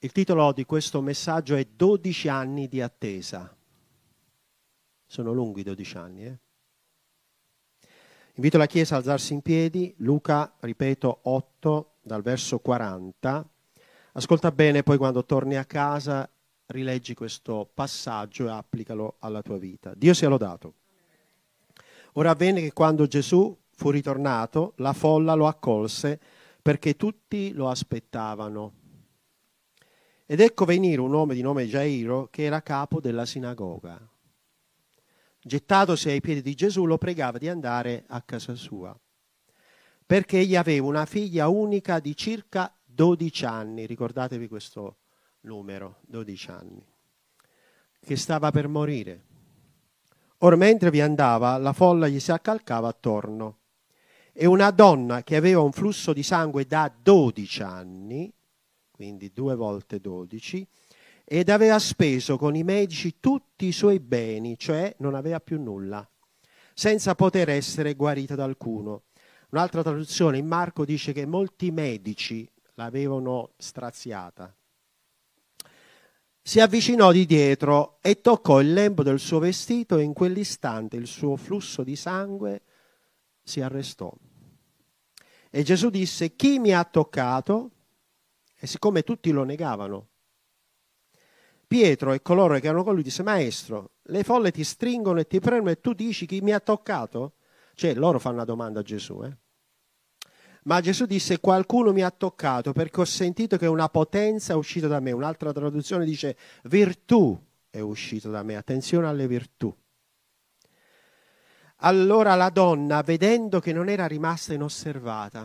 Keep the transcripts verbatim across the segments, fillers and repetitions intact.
Il titolo di questo messaggio è dodici anni di attesa. Sono lunghi dodici anni, eh? Invito la Chiesa a alzarsi in piedi. Luca, ripeto, otto, dal verso quaranta. Ascolta bene, poi quando torni a casa rileggi questo passaggio e applicalo alla tua vita. Dio sia lodato. Ora avvenne che quando Gesù fu ritornato, la folla lo accolse perché tutti lo aspettavano. Ed ecco venire un uomo di nome Gairo, che era capo della sinagoga. Gettatosi ai piedi di Gesù, lo pregava di andare a casa sua, perché egli aveva una figlia unica di circa dodici anni, ricordatevi questo numero, dodici anni, che stava per morire. Ora, mentre vi andava, la folla gli si accalcava attorno, e una donna che aveva un flusso di sangue da dodici anni, quindi due volte dodici, ed aveva speso con i medici tutti i suoi beni, cioè non aveva più nulla, senza poter essere guarita da alcuno. Un'altra traduzione in Marco dice che molti medici l'avevano straziata. Si avvicinò di dietro e toccò il lembo del suo vestito, e in quell'istante il suo flusso di sangue si arrestò. E Gesù disse: chi mi ha toccato? E siccome tutti lo negavano, Pietro e coloro che erano con lui disse: maestro, le folle ti stringono e ti prendono e tu dici chi mi ha toccato? Cioè loro fanno una domanda a Gesù, eh? Ma Gesù disse: qualcuno mi ha toccato perché ho sentito che una potenza è uscita da me. Un'altra traduzione dice: virtù è uscita da me. Attenzione alle virtù. Allora la donna, vedendo che non era rimasta inosservata,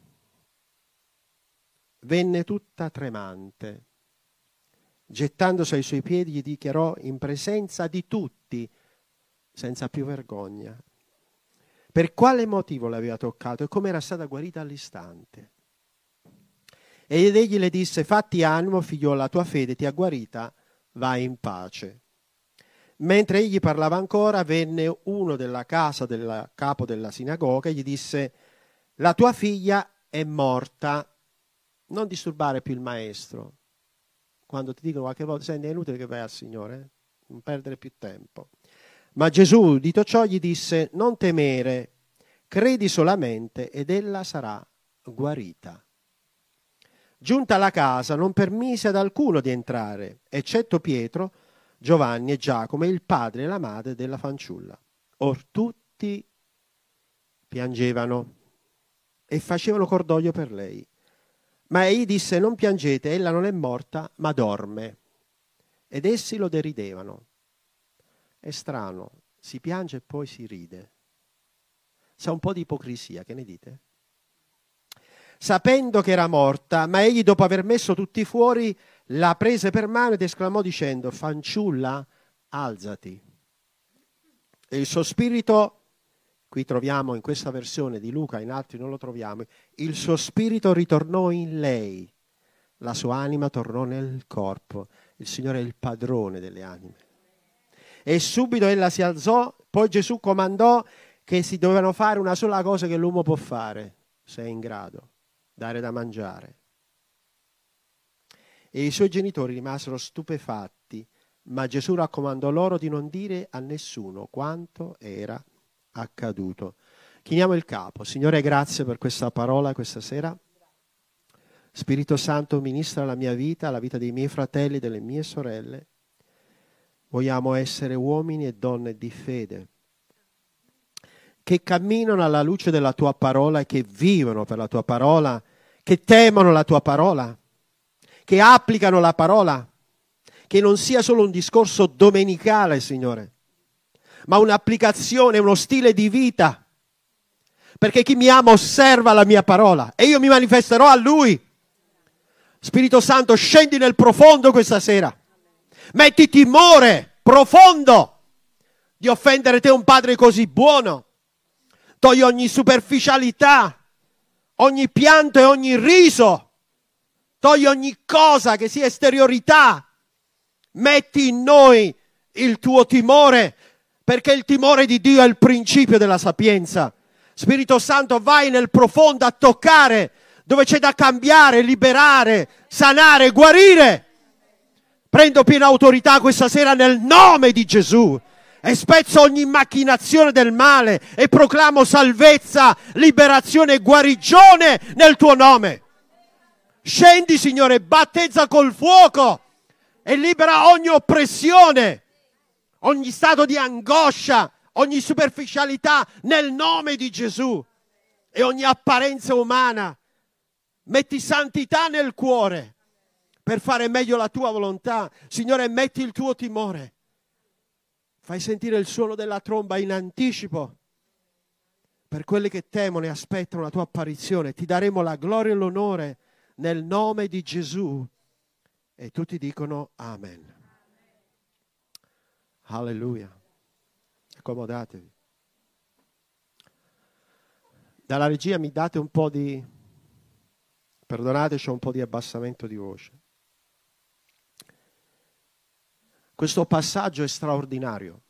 venne tutta tremante. Gettandosi ai suoi piedi gli dichiarò in presenza di tutti, senza più vergogna, per quale motivo l'aveva toccato e come era stata guarita all'istante. Ed egli le disse: fatti animo, figliuola, la tua fede ti ha guarita, vai in pace. Mentre egli parlava ancora, venne uno della casa del capo della sinagoga e gli disse: la tua figlia è morta, non disturbare più il maestro. Quando ti dicono qualche volta: senti, è inutile che vai al Signore, eh? Non perdere più tempo. Ma Gesù, udito ciò, gli disse: non temere, credi solamente ed ella sarà guarita. Giunta alla casa, non permise ad alcuno di entrare, eccetto Pietro, Giovanni e Giacomo e il padre e la madre della fanciulla. Or tutti piangevano e facevano cordoglio per lei. Ma egli disse: non piangete, ella non è morta, ma dorme. Ed essi lo deridevano. È strano, si piange e poi si ride. C'è un po' di ipocrisia, che ne dite? Sapendo che era morta, ma egli, dopo aver messo tutti fuori, la prese per mano ed esclamò dicendo: fanciulla, alzati. E il suo spirito, qui troviamo in questa versione di Luca, in altri non lo troviamo, il suo spirito ritornò in lei, la sua anima tornò nel corpo. Il Signore è il padrone delle anime. E subito ella si alzò. Poi Gesù comandò che si dovevano fare una sola cosa che l'uomo può fare, se è in grado: dare da mangiare. E i suoi genitori rimasero stupefatti, ma Gesù raccomandò loro di non dire a nessuno quanto era accaduto. Chiniamo il capo. Signore, grazie per questa parola questa sera. Spirito Santo, ministra la mia vita, la vita dei miei fratelli e delle mie sorelle. Vogliamo essere uomini e donne di fede, che camminano alla luce della tua parola e che vivono per la tua parola, che temono la tua parola, che applicano la parola, che non sia solo un discorso domenicale, Signore, ma un'applicazione, uno stile di vita, perché chi mi ama osserva la mia parola e io mi manifesterò a Lui. Spirito Santo, scendi nel profondo questa sera. Metti timore profondo di offendere te, un Padre così buono. Togli ogni superficialità, ogni pianto e ogni riso. Togli ogni cosa che sia esteriorità. Metti in noi il tuo timore, perché il timore di Dio è il principio della sapienza. Spirito Santo, vai nel profondo a toccare dove c'è da cambiare, liberare, sanare, guarire. Prendo piena autorità questa sera nel nome di Gesù e spezzo ogni macchinazione del male e proclamo salvezza, liberazione e guarigione nel tuo nome. Scendi, Signore, battezza col fuoco e libera ogni oppressione, ogni stato di angoscia, ogni superficialità nel nome di Gesù e ogni apparenza umana. Metti santità nel cuore per fare meglio la tua volontà. Signore, metti il tuo timore. Fai sentire il suono della tromba in anticipo per quelli che temono e aspettano la tua apparizione. Ti daremo la gloria e l'onore nel nome di Gesù. E tutti dicono Amen. Alleluia. Accomodatevi. Dalla regia mi date un po' di... Perdonate, c'è un po' di abbassamento di voce. Questo passaggio è straordinario.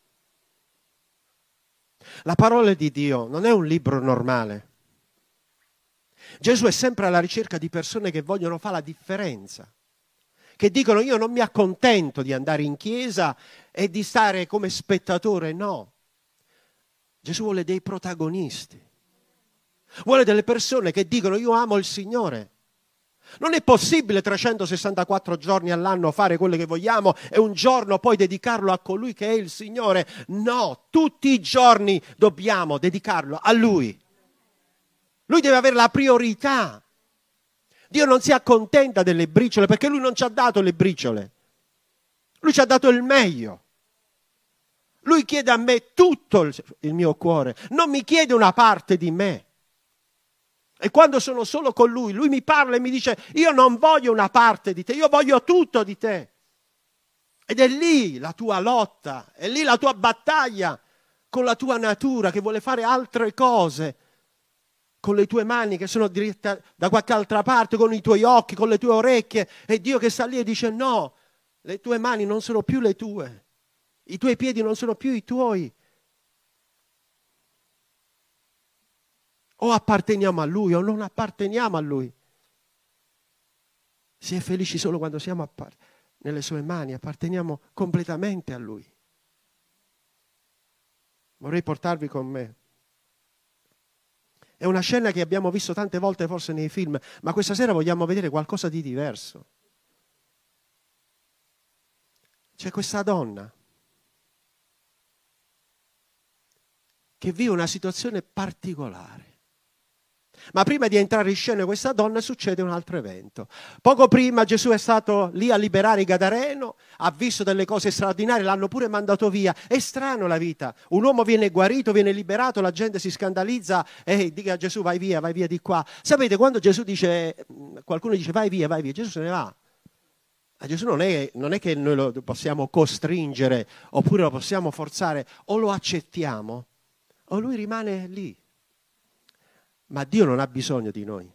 La parola di Dio non è un libro normale. Gesù è sempre alla ricerca di persone che vogliono fare la differenza, che dicono io non mi accontento di andare in chiesa e di stare come spettatore, no. Gesù vuole dei protagonisti, vuole delle persone che dicono io amo il Signore. Non è possibile trecentosessantaquattro giorni all'anno fare quello che vogliamo e un giorno poi dedicarlo a colui che è il Signore. No, tutti i giorni dobbiamo dedicarlo a Lui. Lui deve avere la priorità. Dio non si accontenta delle briciole perché Lui non ci ha dato le briciole. Lui ci ha dato il meglio. Lui chiede a me tutto il, il mio cuore, non mi chiede una parte di me. E quando sono solo con Lui, Lui mi parla e mi dice io non voglio una parte di te, io voglio tutto di te. Ed è lì la tua lotta, è lì la tua battaglia con la tua natura che vuole fare altre cose, con le tue mani che sono dirette da qualche altra parte, con i tuoi occhi, con le tue orecchie. E Dio che sta lì e dice no, le tue mani non sono più le tue, i tuoi piedi non sono più i tuoi. O apparteniamo a Lui o non apparteniamo a Lui. Si è felici solo quando siamo appar- nelle sue mani, apparteniamo completamente a Lui. Vorrei portarvi con me. È una scena che abbiamo visto tante volte forse nei film, ma questa sera vogliamo vedere qualcosa di diverso. C'è questa donna che vive una situazione particolare. Ma prima di entrare in scena questa donna succede un altro evento. Poco prima Gesù è stato lì a liberare il Gadareno, ha visto delle cose straordinarie, l'hanno pure mandato via. È strano la vita. Un uomo viene guarito, viene liberato, la gente si scandalizza e dice a Gesù vai via, vai via di qua. Sapete, quando Gesù dice, qualcuno dice vai via, vai via, Gesù se ne va. A Gesù non è, non è che noi lo possiamo costringere oppure lo possiamo forzare, o lo accettiamo o lui rimane lì. Ma Dio non ha bisogno di noi.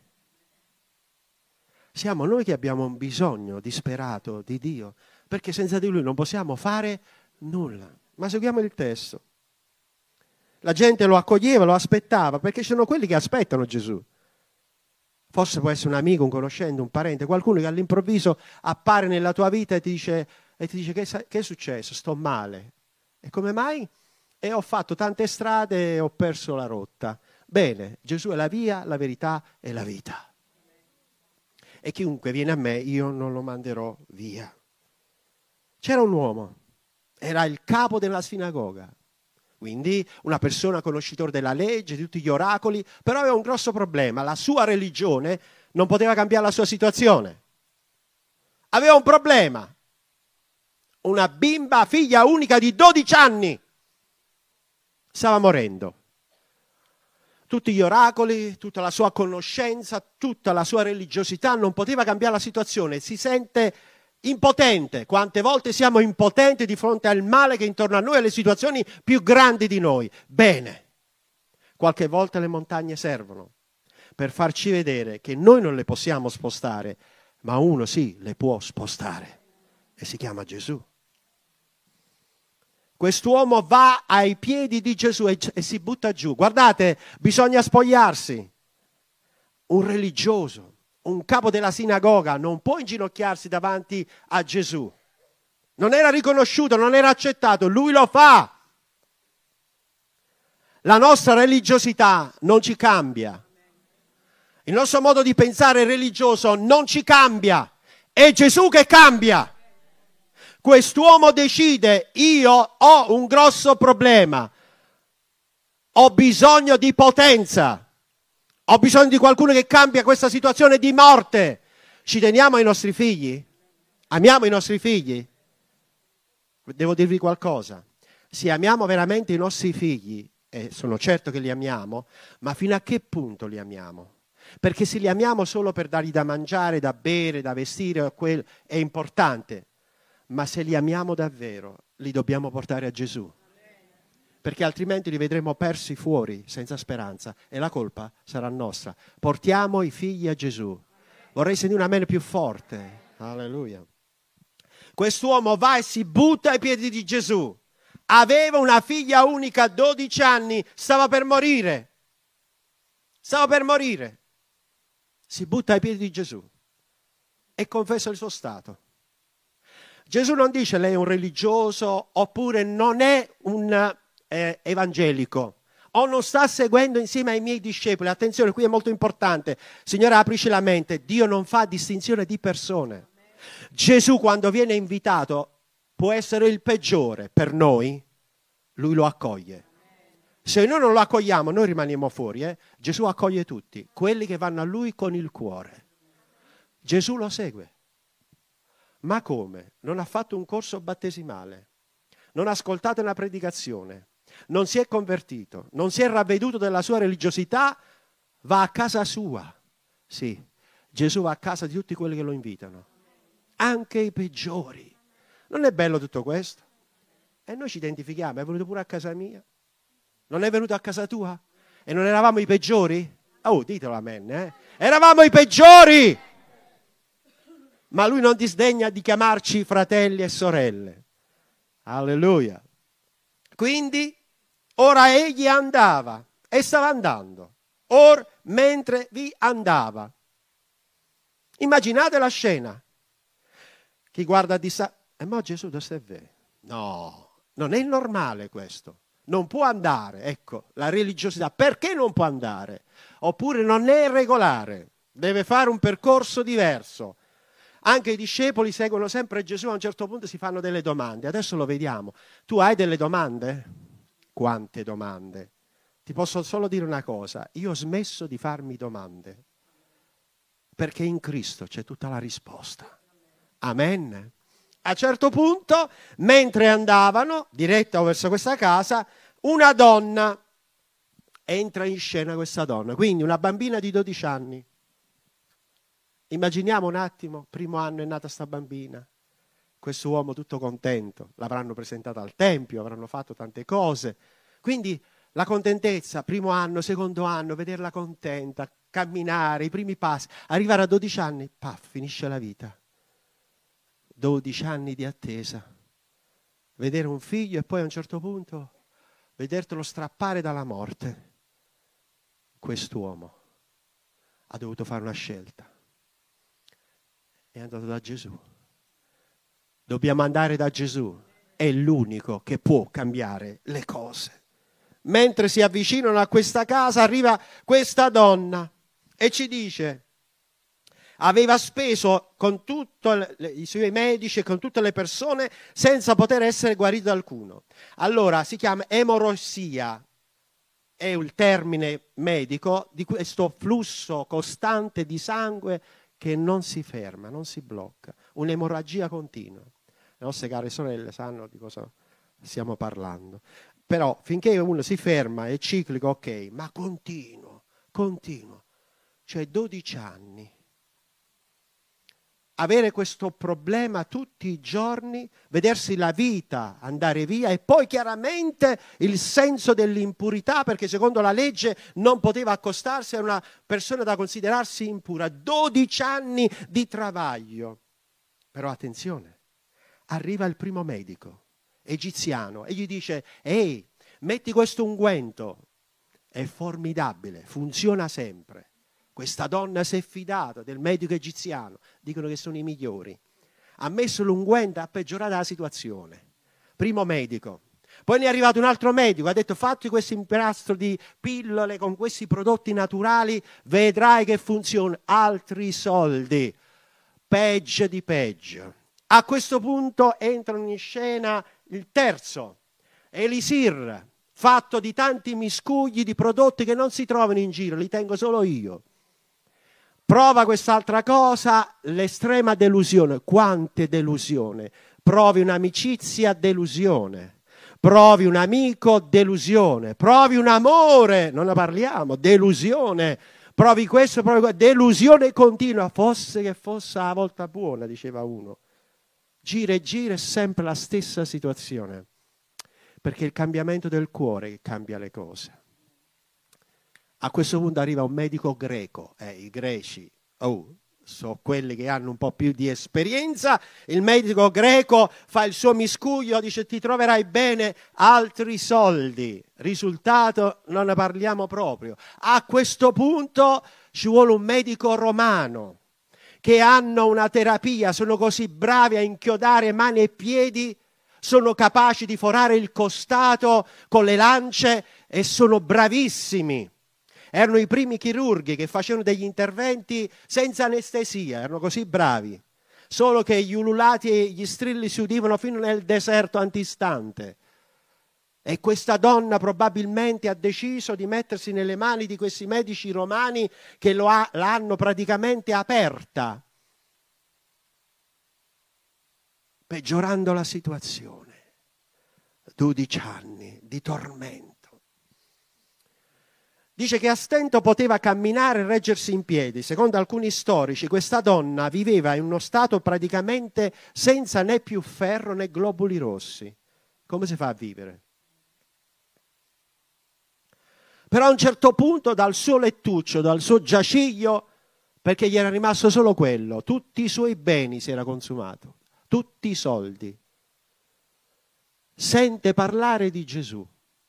Siamo noi che abbiamo un bisogno disperato di Dio, perché senza di Lui non possiamo fare nulla. Ma seguiamo il testo. La gente lo accoglieva, lo aspettava, perché ci sono quelli che aspettano Gesù. Forse può essere un amico, un conoscente, un parente, qualcuno che all'improvviso appare nella tua vita e ti dice, e ti dice che, che è successo? Sto male. E come mai? E ho fatto tante strade e ho perso la rotta. Bene, Gesù è la via, la verità e la vita. E chiunque viene a me, io non lo manderò via. C'era un uomo, era il capo della sinagoga, quindi una persona conoscitore della legge, di tutti gli oracoli, però aveva un grosso problema, la sua religione non poteva cambiare la sua situazione. Aveva un problema, una bimba, figlia unica di dodici anni, stava morendo. Tutti gli oracoli, tutta la sua conoscenza, tutta la sua religiosità non poteva cambiare la situazione, si sente impotente. Quante volte siamo impotenti di fronte al male che è intorno a noi, alle situazioni più grandi di noi. Bene, qualche volta le montagne servono per farci vedere che noi non le possiamo spostare, ma uno sì le può spostare e si chiama Gesù. Quest'uomo va ai piedi di Gesù e, e si butta giù. Guardate, bisogna spogliarsi. Un religioso, un capo della sinagoga non può inginocchiarsi davanti a Gesù. Non era riconosciuto, non era accettato, lui lo fa. La nostra religiosità non ci cambia. Il nostro modo di pensare religioso non ci cambia. È Gesù che cambia. Quest'uomo decide, io ho un grosso problema. Ho bisogno di potenza. Ho bisogno di qualcuno che cambia questa situazione di morte. Ci teniamo ai nostri figli? Amiamo i nostri figli? Devo dirvi qualcosa. Se amiamo veramente i nostri figli, e sono certo che li amiamo, ma fino a che punto li amiamo? Perché se li amiamo solo per dargli da mangiare, da bere, da vestire, è importante. Ma se li amiamo davvero, li dobbiamo portare a Gesù. Perché altrimenti li vedremo persi fuori, senza speranza, e la colpa sarà nostra. Portiamo i figli a Gesù. Vorrei sentire un amen più forte. Alleluia. Quest'uomo va e si butta ai piedi di Gesù. Aveva una figlia unica, dodici anni, stava per morire. Stava per morire. Si butta ai piedi di Gesù e confessa il suo stato. Gesù non dice lei è un religioso oppure non è un eh, evangelico o non sta seguendo insieme ai miei discepoli. Attenzione, qui è molto importante. Signore, aprici la mente. Dio non fa distinzione di persone. Gesù quando viene invitato può essere il peggiore per noi, lui lo accoglie. Se noi non lo accogliamo, noi rimaniamo fuori. Eh? Gesù accoglie tutti, quelli che vanno a lui con il cuore. Gesù lo segue. Ma come? Non ha fatto un corso battesimale, non ha ascoltato una predicazione, non si è convertito, non si è ravveduto della sua religiosità, va a casa sua. Sì, Gesù va a casa di tutti quelli che lo invitano, anche i peggiori. Non è bello tutto questo? E noi ci identifichiamo, è venuto pure a casa mia. Non è venuto a casa tua? E non eravamo i peggiori? Oh, ditelo amen, eh? Eravamo i peggiori! Ma lui non disdegna di chiamarci fratelli e sorelle. Alleluia. Quindi, ora egli andava, e stava andando. Or, mentre vi andava. Immaginate la scena. Chi guarda di sa... E mo Gesù dove stai? No, non è normale questo. Non può andare, ecco, la religiosità. Perché non può andare? Oppure non è regolare, deve fare un percorso diverso. Anche i discepoli seguono sempre Gesù, a un certo punto si fanno delle domande. Adesso lo vediamo. Tu hai delle domande? Quante domande? Ti posso solo dire una cosa, io ho smesso di farmi domande, perché in Cristo c'è tutta la risposta. Amen. A un certo punto, mentre andavano, diretta verso questa casa, una donna, entra in scena questa donna, quindi una bambina di dodici anni. Immaginiamo un attimo, primo anno è nata sta bambina, questo uomo tutto contento, l'avranno presentata al tempio, avranno fatto tante cose, quindi la contentezza, primo anno, secondo anno, vederla contenta, camminare, i primi passi, arrivare a dodici anni, paf, finisce la vita. dodici anni di attesa, vedere un figlio e poi a un certo punto vedertelo strappare dalla morte. Quest'uomo ha dovuto fare una scelta. È andato da Gesù. Dobbiamo andare da Gesù. È l'unico che può cambiare le cose. Mentre si avvicinano a questa casa, arriva questa donna e ci dice: aveva speso con tutti i suoi medici e con tutte le persone senza poter essere guarito da alcuno. Allora si chiama emorossia, è il termine medico di questo flusso costante di sangue che non si ferma, non si blocca, un'emorragia continua. Le nostre care sorelle sanno di cosa stiamo parlando. Però finché uno si ferma è ciclico, ok, ma continuo, continuo, cioè dodici anni. Avere questo problema tutti i giorni, vedersi la vita andare via e poi chiaramente il senso dell'impurità, perché secondo la legge non poteva accostarsi a una persona da considerarsi impura. dodici anni di travaglio. Però attenzione, arriva il primo medico egiziano e gli dice: ehi, metti questo unguento, è formidabile, funziona sempre. Questa donna si è fidata del medico egiziano, dicono che sono i migliori. Ha messo l'unguento, ha peggiorato la situazione. Primo medico. Poi ne è arrivato un altro medico, ha detto fatti questo impastro di pillole con questi prodotti naturali, vedrai che funziona. Altri soldi, peggio di peggio. A questo punto entrano in scena il terzo, Elisir, fatto di tanti miscugli di prodotti che non si trovano in giro, li tengo solo io. Prova quest'altra cosa, l'estrema delusione. Quante delusione? Provi un'amicizia, delusione. Provi un amico, delusione. Provi un amore, non ne parliamo, delusione. Provi questo, provi questo, delusione continua. Fosse che fosse la volta buona, diceva uno. Gira e gira è sempre la stessa situazione. Perché è il cambiamento del cuore che cambia le cose. A questo punto arriva un medico greco, eh, i greci, oh, sono quelli che hanno un po' più di esperienza. Il medico greco fa il suo miscuglio, dice ti troverai bene, altri soldi. Risultato, non ne parliamo proprio. A questo punto ci vuole un medico romano che hanno una terapia, sono così bravi a inchiodare mani e piedi, sono capaci di forare il costato con le lance e sono bravissimi. Erano i primi chirurghi che facevano degli interventi senza anestesia, erano così bravi. Solo che gli ululati e gli strilli si udivano fino nel deserto antistante. E questa donna probabilmente ha deciso di mettersi nelle mani di questi medici romani che lo ha, l'hanno praticamente aperta, peggiorando la situazione. dodici anni di tormento. Dice che a stento poteva camminare e reggersi in piedi. Secondo alcuni storici, questa donna viveva in uno stato praticamente senza né più ferro né globuli rossi. Come si fa a vivere? Però a un certo punto dal suo lettuccio, dal suo giaciglio, perché gli era rimasto solo quello, tutti i suoi beni si era consumato, tutti i soldi. Sente parlare di Gesù.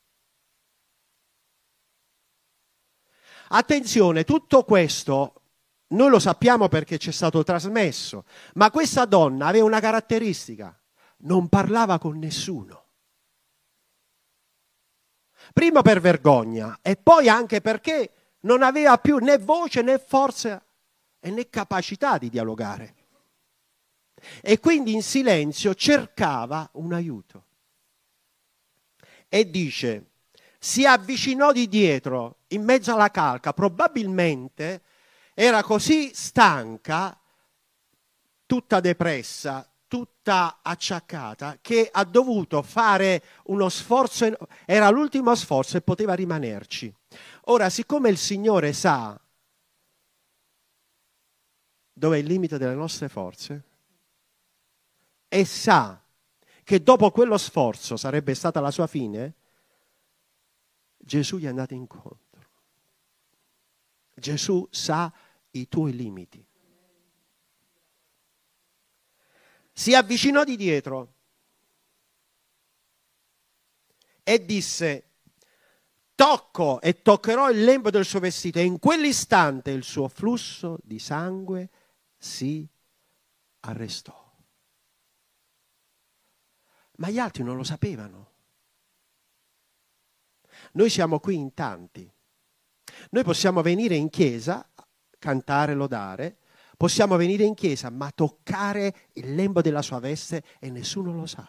Attenzione, tutto questo noi lo sappiamo perché ci è stato trasmesso, ma questa donna aveva una caratteristica, non parlava con nessuno. Prima per vergogna e poi anche perché non aveva più né voce né forza e né capacità di dialogare. E quindi in silenzio cercava un aiuto. E dice, si avvicinò di dietro in mezzo alla calca, probabilmente era così stanca, tutta depressa, tutta acciaccata, che ha dovuto fare uno sforzo, era l'ultimo sforzo e poteva rimanerci. Ora, siccome il Signore sa dove è il limite delle nostre forze e sa che dopo quello sforzo sarebbe stata la sua fine, Gesù gli è andato incontro. Gesù sa i tuoi limiti. Si avvicinò di dietro e disse, tocco e toccherò il lembo del suo vestito, e in quell'istante il suo flusso di sangue si arrestò. Ma gli altri non lo sapevano. Noi siamo qui in tanti. Noi possiamo venire in chiesa, cantare, lodare, possiamo venire in chiesa, ma toccare il lembo della sua veste e nessuno lo sa.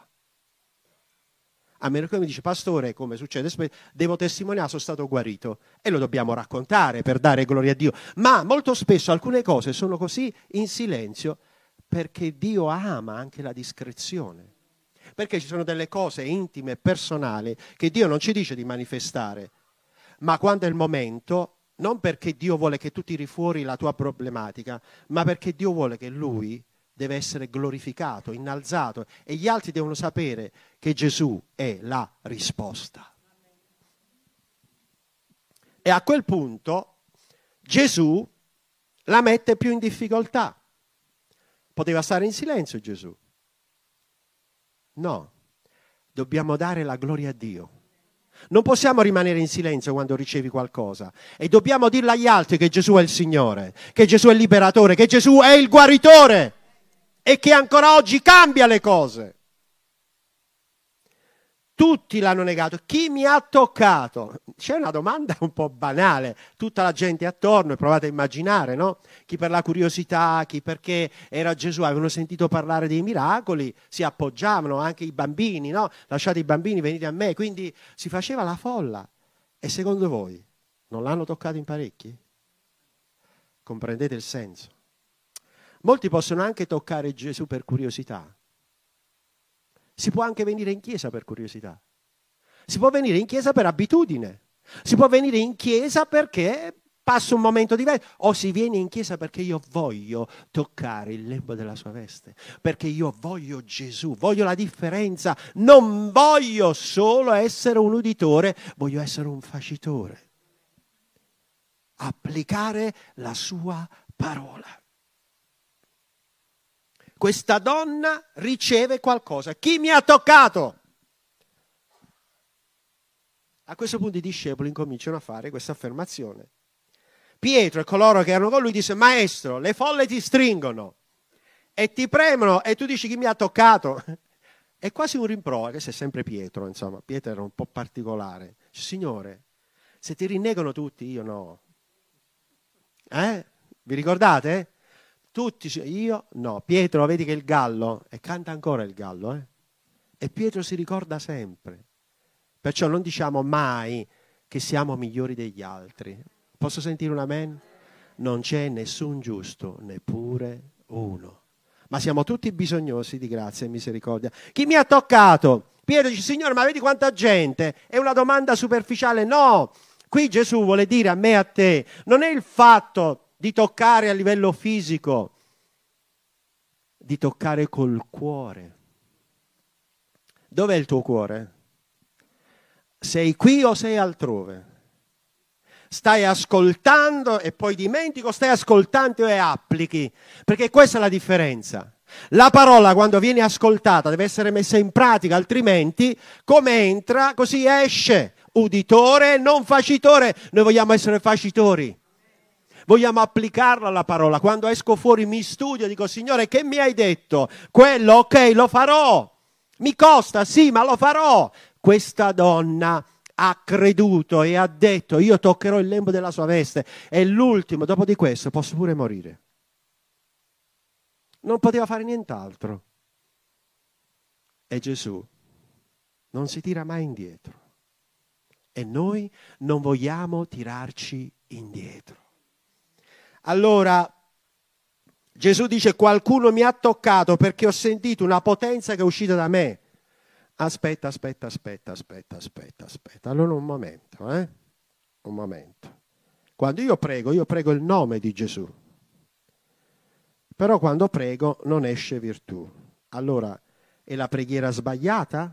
A meno che mi dice, pastore, come succede spesso, devo testimoniare, sono stato guarito. E lo dobbiamo raccontare per dare gloria a Dio. Ma molto spesso alcune cose sono così in silenzio perché Dio ama anche la discrezione. Perché ci sono delle cose intime e personali che Dio non ci dice di manifestare. Ma quando è il momento, non perché Dio vuole che tu tiri fuori la tua problematica, ma perché Dio vuole che Lui deve essere glorificato, innalzato, e gli altri devono sapere che Gesù è la risposta. E a quel punto Gesù la mette più in difficoltà. Poteva stare in silenzio Gesù. No, dobbiamo dare la gloria a Dio. Non possiamo rimanere in silenzio quando ricevi qualcosa e dobbiamo dirlo agli altri che Gesù è il Signore, che Gesù è il liberatore, che Gesù è il guaritore e che ancora oggi cambia le cose. Tutti l'hanno negato. Chi mi ha toccato? C'è una domanda un po' banale. Tutta la gente attorno, e provate a immaginare, no? Chi per la curiosità, chi perché era Gesù, avevano sentito parlare dei miracoli, si appoggiavano, anche i bambini, no? Lasciate i bambini, venite a me. Quindi si faceva la folla. E secondo voi non l'hanno toccato in parecchi? Comprendete il senso? Molti possono anche toccare Gesù per curiosità. Si può anche venire in chiesa per curiosità. Si può venire in chiesa per abitudine. Si può venire in chiesa perché passa un momento diverso. O si viene in chiesa perché io voglio toccare il lembo della sua veste. Perché io voglio Gesù, voglio la differenza. Non voglio solo essere un uditore, voglio essere un facitore. Applicare la sua parola. Questa donna riceve qualcosa. Chi mi ha toccato? A questo punto i discepoli incominciano a fare questa affermazione. Pietro e coloro che erano con lui disse: Maestro, le folle ti stringono e ti premono e tu dici chi mi ha toccato? È quasi un rimprovero, che sei sempre Pietro, insomma. Pietro era un po' particolare. Dice, Signore, se ti rinnegano tutti, io no. Eh? Vi ricordate? Tutti, io no. Pietro, vedi che il gallo, e canta ancora il gallo, eh? E Pietro si ricorda sempre. Perciò non diciamo mai che siamo migliori degli altri. Posso sentire un amen? Non c'è nessun giusto, neppure uno. Ma siamo tutti bisognosi di grazia e misericordia. Chi mi ha toccato? Pietro dice, Signore, ma vedi quanta gente? È una domanda superficiale? No! Qui Gesù vuole dire a me e a te, non è il fatto di toccare a livello fisico, di toccare col cuore. Dov'è il tuo cuore? Sei qui o sei altrove? Stai ascoltando e poi dimentico, stai ascoltando e applichi, perché questa è la differenza. La parola quando viene ascoltata deve essere messa in pratica, altrimenti come entra così esce, uditore non facitore. Noi vogliamo essere facitori. Vogliamo applicarla alla parola. Quando esco fuori mi studio, dico Signore che mi hai detto? Quello, ok, lo farò. Mi costa, sì, ma lo farò. Questa donna ha creduto e ha detto io toccherò il lembo della sua veste. È l'ultimo, dopo di questo posso pure morire. Non poteva fare nient'altro. E Gesù non si tira mai indietro. E noi non vogliamo tirarci indietro. Allora Gesù dice qualcuno mi ha toccato perché ho sentito una potenza che è uscita da me. Aspetta, aspetta, aspetta, aspetta, aspetta, aspetta. Allora un momento, eh? Un momento. Quando io prego, io prego il nome di Gesù. Però quando prego non esce virtù. Allora, è la preghiera sbagliata?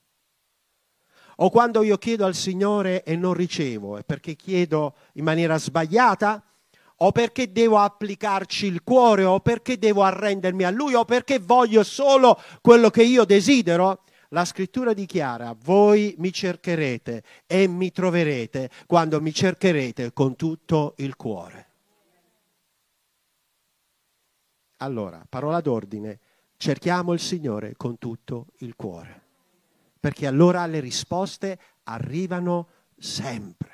O quando io chiedo al Signore e non ricevo, è perché chiedo in maniera sbagliata? O perché devo applicarci il cuore, o perché devo arrendermi a Lui, o perché voglio solo quello che io desidero? La scrittura dichiara, voi mi cercherete e mi troverete quando mi cercherete con tutto il cuore. Allora, parola d'ordine, cerchiamo il Signore con tutto il cuore, perché allora le risposte arrivano sempre.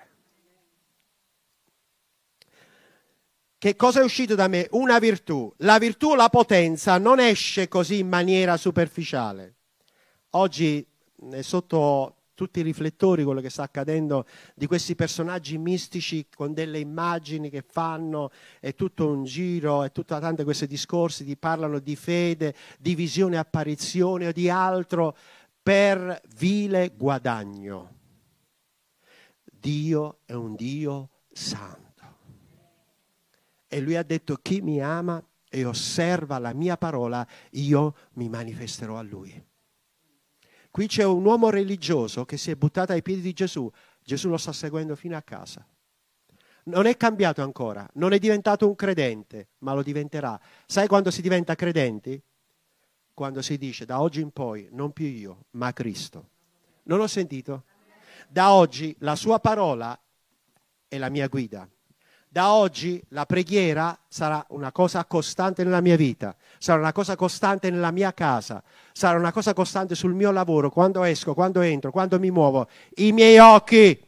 Che cosa è uscito da me? Una virtù. La virtù, la potenza, non esce così in maniera superficiale. Oggi è sotto tutti i riflettori quello che sta accadendo di questi personaggi mistici con delle immagini che fanno, è tutto un giro, è tutta tante questi discorsi, di parlano di fede, di visione, apparizione o di altro per vile guadagno. Dio è un Dio santo. E lui ha detto chi mi ama e osserva la mia parola, io mi manifesterò a lui. Qui c'è un uomo religioso che si è buttato ai piedi di Gesù. Gesù lo sta seguendo fino a casa. Non è cambiato ancora, non è diventato un credente, ma lo diventerà. Sai quando si diventa credenti? Quando si dice da oggi in poi non più io, ma Cristo. Non ho sentito? Da oggi la sua parola è la mia guida. Da oggi la preghiera sarà una cosa costante nella mia vita, sarà una cosa costante nella mia casa, sarà una cosa costante sul mio lavoro, quando esco, quando entro, quando mi muovo. I miei occhi.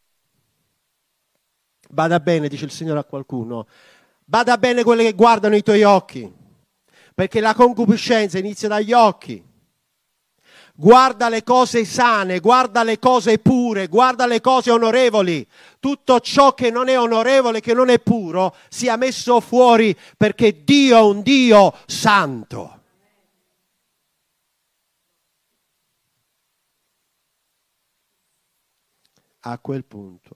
Bada bene, dice il Signore a qualcuno, bada bene quelle che guardano i tuoi occhi, perché la concupiscenza inizia dagli occhi. Guarda le cose sane, guarda le cose pure, guarda le cose onorevoli. Tutto ciò che non è onorevole, che non è puro, sia messo fuori, perché Dio è un Dio santo. A quel punto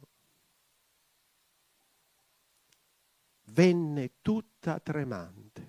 venne tutta tremante.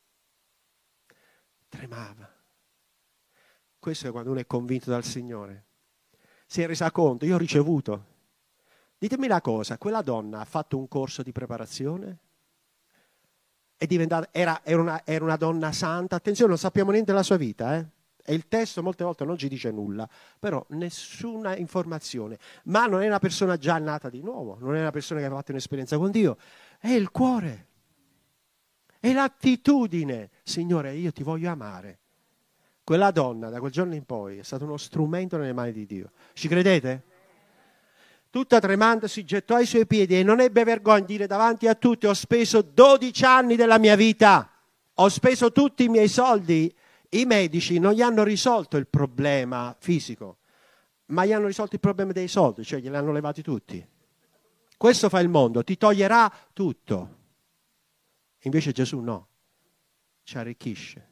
Tremava. Questo è quando uno è convinto dal Signore. Si è resa conto, io ho ricevuto. Ditemi una cosa, quella donna ha fatto un corso di preparazione? È diventata, era, era, una, era una donna santa? Attenzione, non sappiamo niente della sua vita, eh? E il testo molte volte non ci dice nulla, però nessuna informazione. Ma non è una persona già nata di nuovo, non è una persona che ha fatto un'esperienza con Dio. È il cuore, è l'attitudine. Signore, io ti voglio amare. Quella donna da quel giorno in poi è stato uno strumento nelle mani di Dio. Ci credete? Tutta tremante si gettò ai suoi piedi e non ebbe vergogna di dire davanti a tutti: ho speso dodici anni della mia vita, ho speso tutti i miei soldi. I medici non gli hanno risolto il problema fisico, ma gli hanno risolto il problema dei soldi, cioè glieli hanno levati tutti. Questo fa il mondo, ti toglierà tutto. Invece Gesù no, ci arricchisce.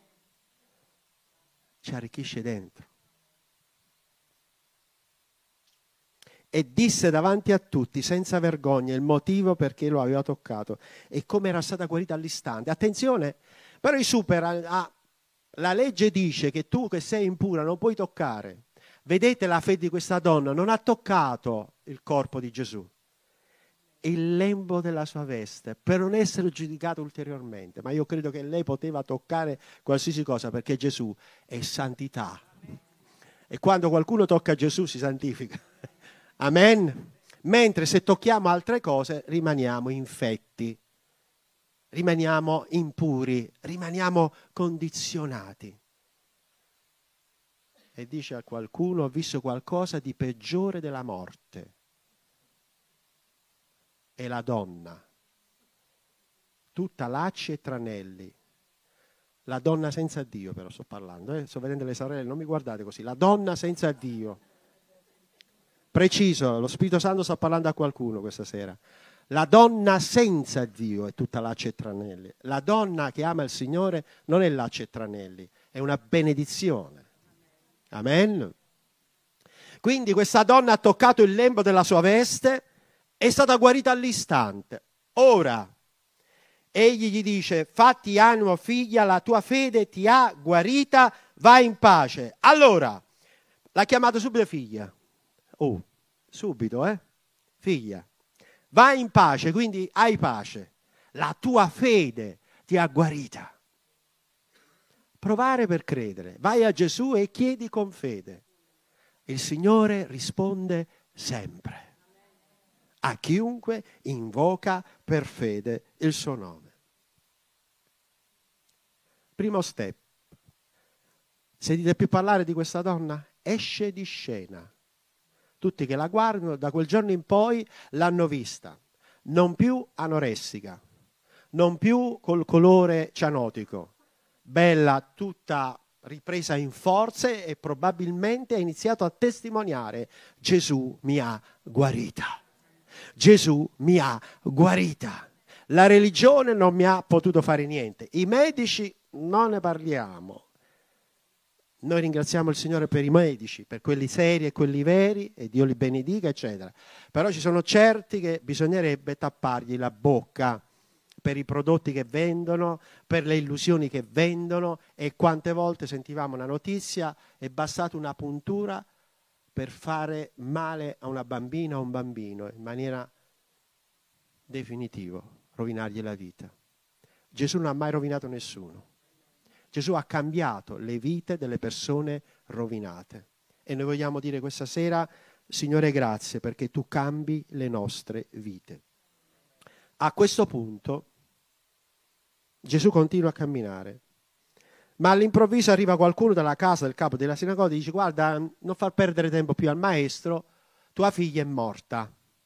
Ci arricchisce dentro. E disse davanti a tutti senza vergogna il motivo perché lo aveva toccato e come era stata guarita all'istante. Attenzione, però i super, ah, la legge dice che tu che sei impura non puoi toccare. Vedete la fede di questa donna, non ha toccato il corpo di Gesù, il lembo della sua veste, per non essere giudicato ulteriormente. Ma io credo che lei poteva toccare qualsiasi cosa, perché Gesù è santità. E quando qualcuno tocca Gesù si santifica. Amen. Mentre se tocchiamo altre cose rimaniamo infetti, rimaniamo impuri, rimaniamo condizionati. E dice a qualcuno: ho visto qualcosa di peggiore della morte. E la donna, tutta lacci e tranelli, la donna senza Dio, però sto parlando, eh? Sto vedendo le sorelle, non mi guardate così, la donna senza Dio, preciso, lo Spirito Santo sta parlando a qualcuno questa sera. La donna senza Dio è tutta lacci e tranelli. La donna che ama il Signore non è lacci e tranelli, è una benedizione. Amen. Quindi questa donna ha toccato il lembo della sua veste, è stata guarita all'istante. Ora, egli gli dice: fatti animo figlia, la tua fede ti ha guarita, vai in pace. Allora, l'ha chiamata subito figlia. Oh, subito, eh? Figlia. Vai in pace, quindi hai pace. La tua fede ti ha guarita. Provare per credere. Vai a Gesù e chiedi con fede. Il Signore risponde sempre a chiunque invoca per fede il suo nome. Primo step. Sentite più parlare di questa donna? Esce di scena. Tutti che la guardano da quel giorno in poi l'hanno vista. Non più anoressica, non più col colore cianotico, bella, tutta ripresa in forze, e probabilmente ha iniziato a testimoniare: Gesù mi ha guarita. Gesù mi ha guarita. La religione non mi ha potuto fare niente. I medici non ne parliamo. Noi ringraziamo il Signore per i medici, per quelli seri e quelli veri, e Dio li benedica, eccetera. Però ci sono certi che bisognerebbe tappargli la bocca per i prodotti che vendono, per le illusioni che vendono. E quante volte sentivamo una notizia: è bastata una puntura per fare male a una bambina o a un bambino in maniera definitiva, rovinargli la vita. Gesù non ha mai rovinato nessuno. Gesù ha cambiato le vite delle persone rovinate. E noi vogliamo dire questa sera: Signore, grazie perché tu cambi le nostre vite. A questo punto Gesù continua a camminare, ma all'improvviso arriva qualcuno dalla casa del capo della sinagoga e dice: guarda, non far perdere tempo più al maestro, tua figlia è morta.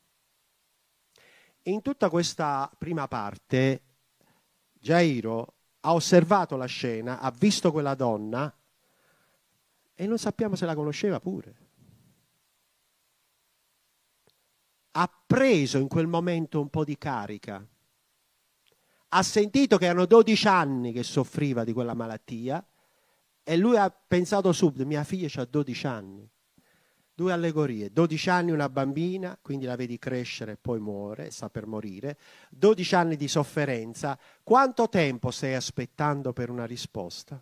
In tutta questa prima parte Gairo ha osservato la scena, ha visto quella donna e non sappiamo se la conosceva pure. Ha preso in quel momento un po' di carica, ha sentito che erano dodici anni che soffriva di quella malattia e lui ha pensato subito: mia figlia ha dodici anni. Due allegorie: dodici anni una bambina, quindi la vedi crescere e poi muore, sta per morire, dodici anni di sofferenza. Quanto tempo stai aspettando per una risposta?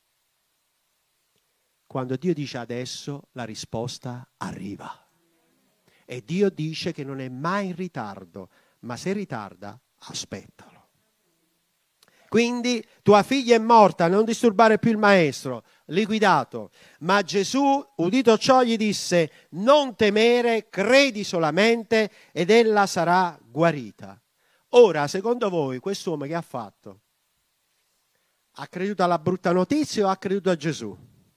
Quando Dio dice adesso, la risposta arriva. E Dio dice che non è mai in ritardo, ma se ritarda, aspettalo. Quindi tua figlia è morta, non disturbare più il maestro, liquidato. Ma Gesù, udito ciò, gli disse: non temere, credi solamente ed ella sarà guarita. Ora, secondo voi, quest'uomo che ha fatto? Ha creduto alla brutta notizia o ha creduto a Gesù?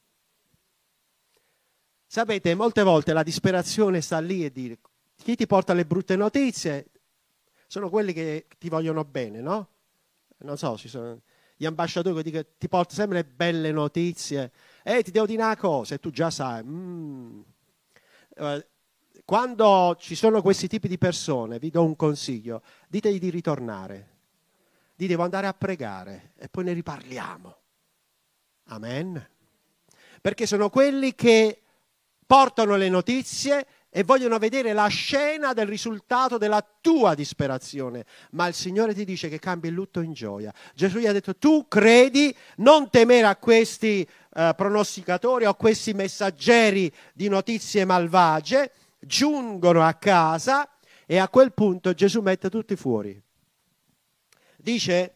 Sapete, molte volte la disperazione sta lì e dire: chi ti porta le brutte notizie sono quelli che ti vogliono bene, no? Non so, ci sono gli ambasciatori che dicono, ti portano sempre le belle notizie, e eh, ti devo dire una cosa e tu già sai. Mm. Quando ci sono questi tipi di persone, vi do un consiglio: ditegli di ritornare, di devo andare a pregare e poi ne riparliamo. Amen. Perché sono quelli che portano le notizie e vogliono vedere la scena del risultato della tua disperazione. Ma il Signore ti dice che cambia il lutto in gioia. Gesù gli ha detto: tu credi, non temere a questi eh, pronosticatori o a questi messaggeri di notizie malvagie. Giungono a casa e a quel punto Gesù mette tutti fuori. Dice: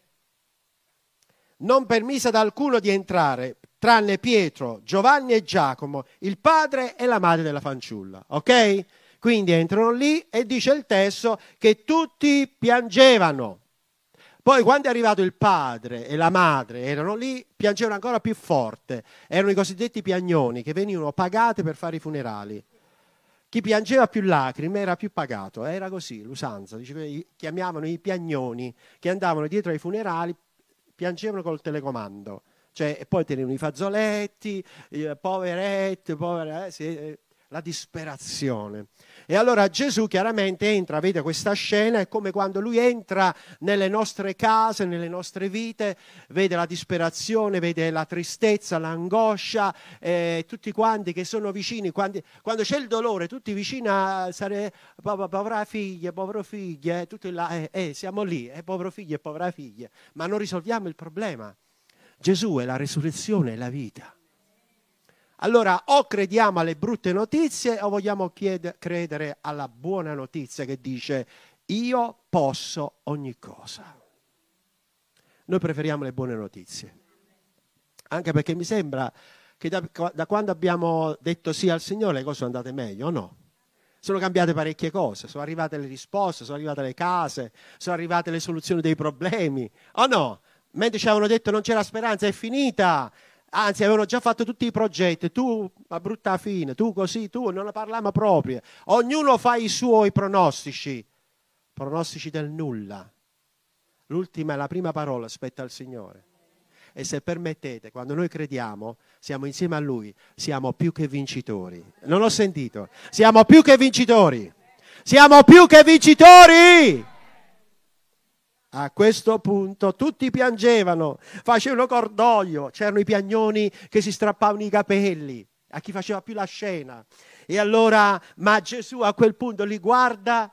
non permise ad alcuno di entrare, tranne Pietro, Giovanni e Giacomo, il padre e la madre della fanciulla. Ok? Quindi entrano lì e dice il testo che tutti piangevano. Poi quando è arrivato il padre e la madre, erano lì, piangevano ancora più forte. Erano i cosiddetti piagnoni che venivano pagati per fare i funerali. Chi piangeva più lacrime era più pagato. Era così, l'usanza. Chiamavano i piagnoni che andavano dietro ai funerali, piangevano col telecomando. Cioè, e poi tenevano i fazzoletti, eh, poveretti, povere, eh, sì, eh, la disperazione. E allora Gesù chiaramente entra, vede questa scena, è come quando lui entra nelle nostre case, nelle nostre vite, vede la disperazione, vede la tristezza, l'angoscia, eh, tutti quanti che sono vicini, quando, quando c'è il dolore, tutti vicini a stare, povera figlia, povero figlio, eh, tutti là, eh, eh, siamo lì, eh, povero figlio e povera figlia, ma non risolviamo il problema. Gesù è la resurrezione e la vita. Allora o crediamo alle brutte notizie o vogliamo chiede, credere alla buona notizia che dice: io posso ogni cosa. Noi preferiamo le buone notizie, anche perché mi sembra che da, da quando abbiamo detto sì al Signore le cose sono andate meglio, o no? Sono cambiate parecchie cose, sono arrivate le risposte, sono arrivate le case, sono arrivate le soluzioni dei problemi, o no? Mentre ci avevano detto non c'era speranza, è finita. Anzi, avevano già fatto tutti i progetti, tu a brutta fine, tu così, tu non ne parliamo proprio. Ognuno fa i suoi pronostici, pronostici del nulla. L'ultima e la prima parola spetta al Signore. E se permettete, quando noi crediamo, siamo insieme a Lui, siamo più che vincitori. Non ho sentito. Siamo più che vincitori. Siamo più che vincitori! A questo punto tutti piangevano, facevano cordoglio, c'erano i piagnoni che si strappavano i capelli, a chi faceva più la scena. E allora, ma Gesù a quel punto li guarda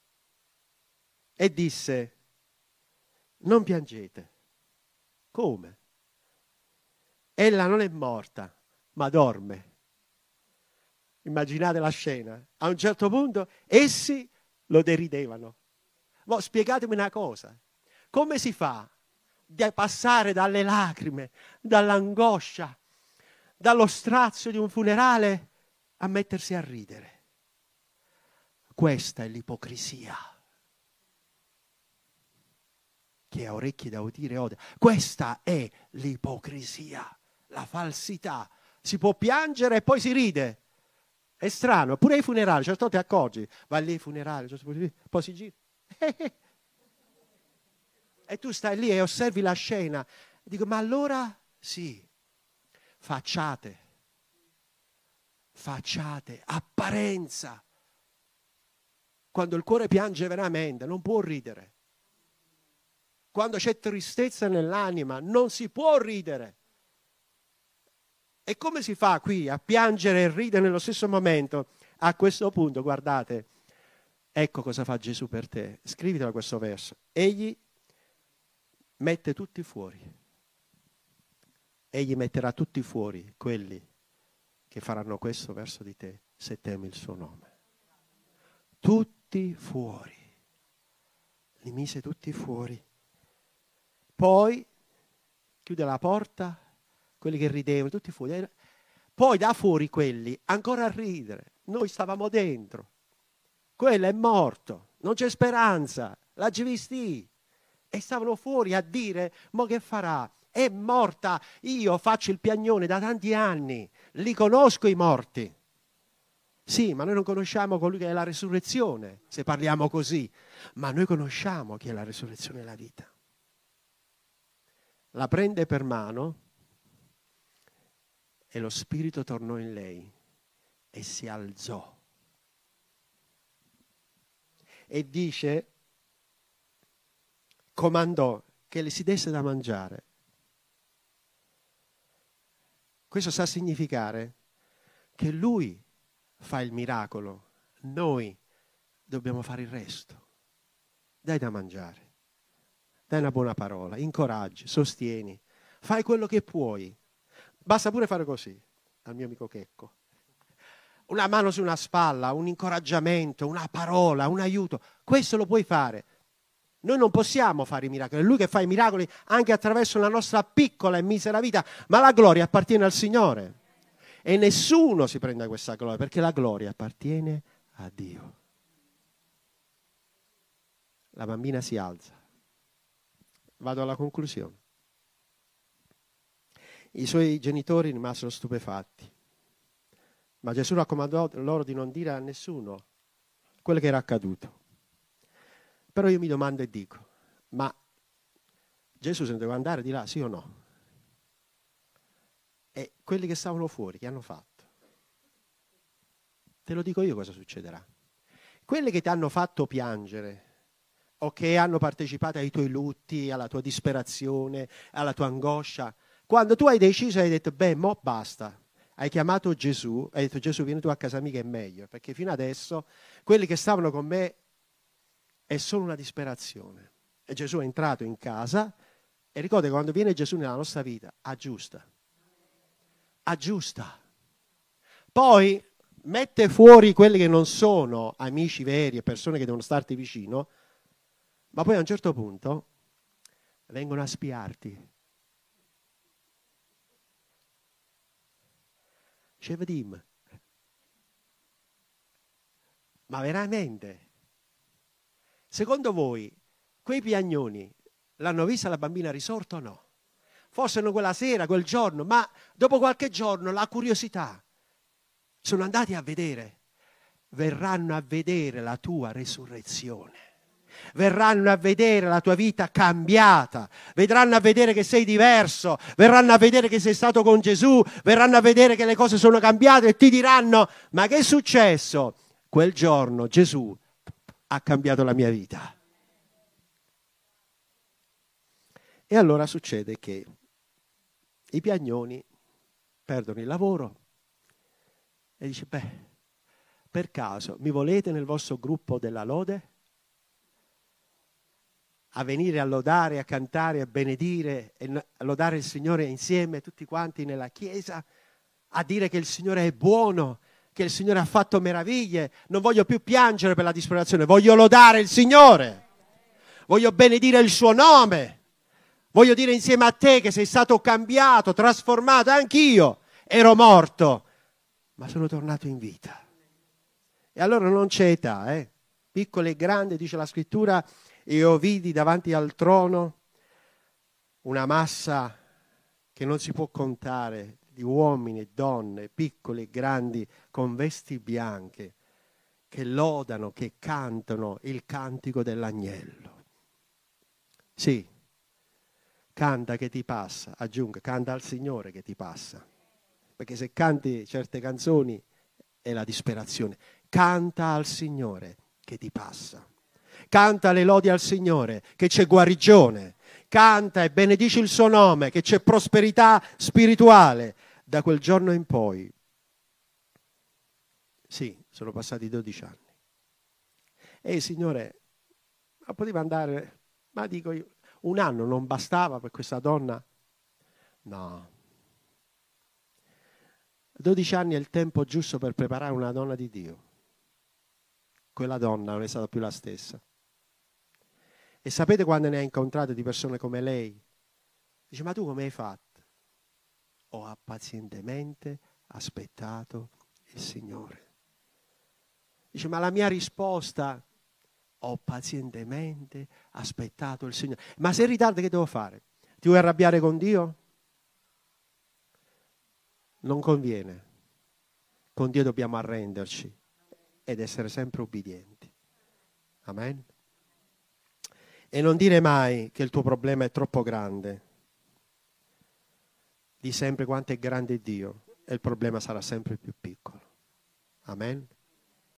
e disse: non piangete. Come? Ella non è morta, ma dorme. Immaginate la scena. A un certo punto essi lo deridevano. Ma spiegatemi una cosa. Come si fa a passare dalle lacrime, dall'angoscia, dallo strazio di un funerale a mettersi a ridere? Questa è l'ipocrisia. Chi ha orecchie da udire odia. Questa è l'ipocrisia, la falsità. Si può piangere e poi si ride. È strano, pure ai funerali, certo ti accorgi, vai lì ai funerali, poi si gira. E tu stai lì e osservi la scena. Dico, ma allora sì, facciate, facciate, apparenza. Quando il cuore piange veramente, non può ridere. Quando c'è tristezza nell'anima, non si può ridere. E come si fa qui a piangere e ridere nello stesso momento? A questo punto, guardate, ecco cosa fa Gesù per te. Scrivitelo questo verso. Egli mette tutti fuori. Egli metterà tutti fuori quelli che faranno questo verso di te, se temi il suo nome. Tutti fuori. Li mise tutti fuori. Poi chiude la porta, quelli che ridevano, tutti fuori. Poi da fuori quelli ancora a ridere. Noi stavamo dentro. Quello è morto, non c'è speranza, l'ha già visti. E stavano fuori a dire, ma che farà? È morta, io faccio il piagnone da tanti anni, li conosco i morti. Sì, ma noi non conosciamo colui che è la resurrezione, se parliamo così. Ma noi conosciamo chi è la resurrezione e la vita. La prende per mano e lo spirito tornò in lei e si alzò. E dice, comandò che le si desse da mangiare. Questo sta a significare che lui fa il miracolo, noi dobbiamo fare il resto. Dai da mangiare. Dai una buona parola, incoraggi, sostieni, fai quello che puoi. Basta pure fare così, al mio amico Checco. Una mano su una spalla, un incoraggiamento, una parola, un aiuto. Questo lo puoi fare. Noi non possiamo fare i miracoli, è Lui che fa i miracoli anche attraverso la nostra piccola e misera vita, ma la gloria appartiene al Signore. E nessuno si prende questa gloria, perché la gloria appartiene a Dio. La bambina si alza. Vado alla conclusione. I suoi genitori rimasero stupefatti, ma Gesù raccomandò loro di non dire a nessuno quello che era accaduto. Però io mi domando e dico, ma Gesù se ne doveva andare di là, sì o no? E quelli che stavano fuori, che hanno fatto? Te lo dico io cosa succederà. Quelli che ti hanno fatto piangere, o che hanno partecipato ai tuoi lutti, alla tua disperazione, alla tua angoscia, quando tu hai deciso e hai detto, beh, mo basta, hai chiamato Gesù, hai detto, Gesù vieni tu a casa mia che è meglio, perché fino adesso quelli che stavano con me è solo una disperazione. E Gesù è entrato in casa e ricorda che quando viene Gesù nella nostra vita, aggiusta, aggiusta. Poi mette fuori quelli che non sono amici veri e persone che devono starti vicino, ma poi a un certo punto vengono a spiarti. Shevadim. Ma veramente? Secondo voi, quei piagnoni l'hanno vista la bambina risorta o no? Forse non quella sera, quel giorno, ma dopo qualche giorno la curiosità. Sono andati a vedere. Verranno a vedere la tua resurrezione. Verranno a vedere la tua vita cambiata, vedranno a vedere che sei diverso, verranno a vedere che sei stato con Gesù, verranno a vedere che le cose sono cambiate e ti diranno, ma che è successo? Quel giorno Gesù ha cambiato la mia vita. E allora succede che i piagnoni perdono il lavoro e dice, beh, per caso mi volete nel vostro gruppo della lode? A venire a lodare, a cantare, a benedire e a lodare il Signore insieme tutti quanti nella chiesa, a dire che il Signore è buono, che il Signore ha fatto meraviglie. Non voglio più piangere per la disperazione, voglio lodare il Signore, voglio benedire il suo nome, voglio dire insieme a te che sei stato cambiato, trasformato. Anch'io ero morto, ma sono tornato in vita. E allora non c'è età, eh? Piccolo e grande, dice la scrittura, e io vidi davanti al trono una massa che non si può contare di uomini e donne, piccoli e grandi, con vesti bianche, che lodano, che cantano il cantico dell'agnello. Sì, canta che ti passa, aggiunga, canta al Signore che ti passa. Perché se canti certe canzoni è la disperazione. Canta al Signore che ti passa. Canta le lodi al Signore che c'è guarigione. Canta e benedici il suo nome che c'è prosperità spirituale. Da quel giorno in poi, sì, sono passati dodici anni. E il Signore, ma poteva andare, ma dico io, un anno non bastava per questa donna? No. dodici anni è il tempo giusto per preparare una donna di Dio. Quella donna non è stata più la stessa. E sapete quando ne ha incontrate di persone come lei? Dice, ma tu come hai fatto? Ho pazientemente aspettato il Signore. Dice, ma la mia risposta, ho pazientemente aspettato il Signore. Ma se in ritardo che devo fare? Ti vuoi arrabbiare con Dio? Non conviene. Con Dio dobbiamo arrenderci ed essere sempre ubbidienti. Amen. E non dire mai che il tuo problema è troppo grande. Di sempre quanto è grande Dio e il problema sarà sempre più piccolo. Amen.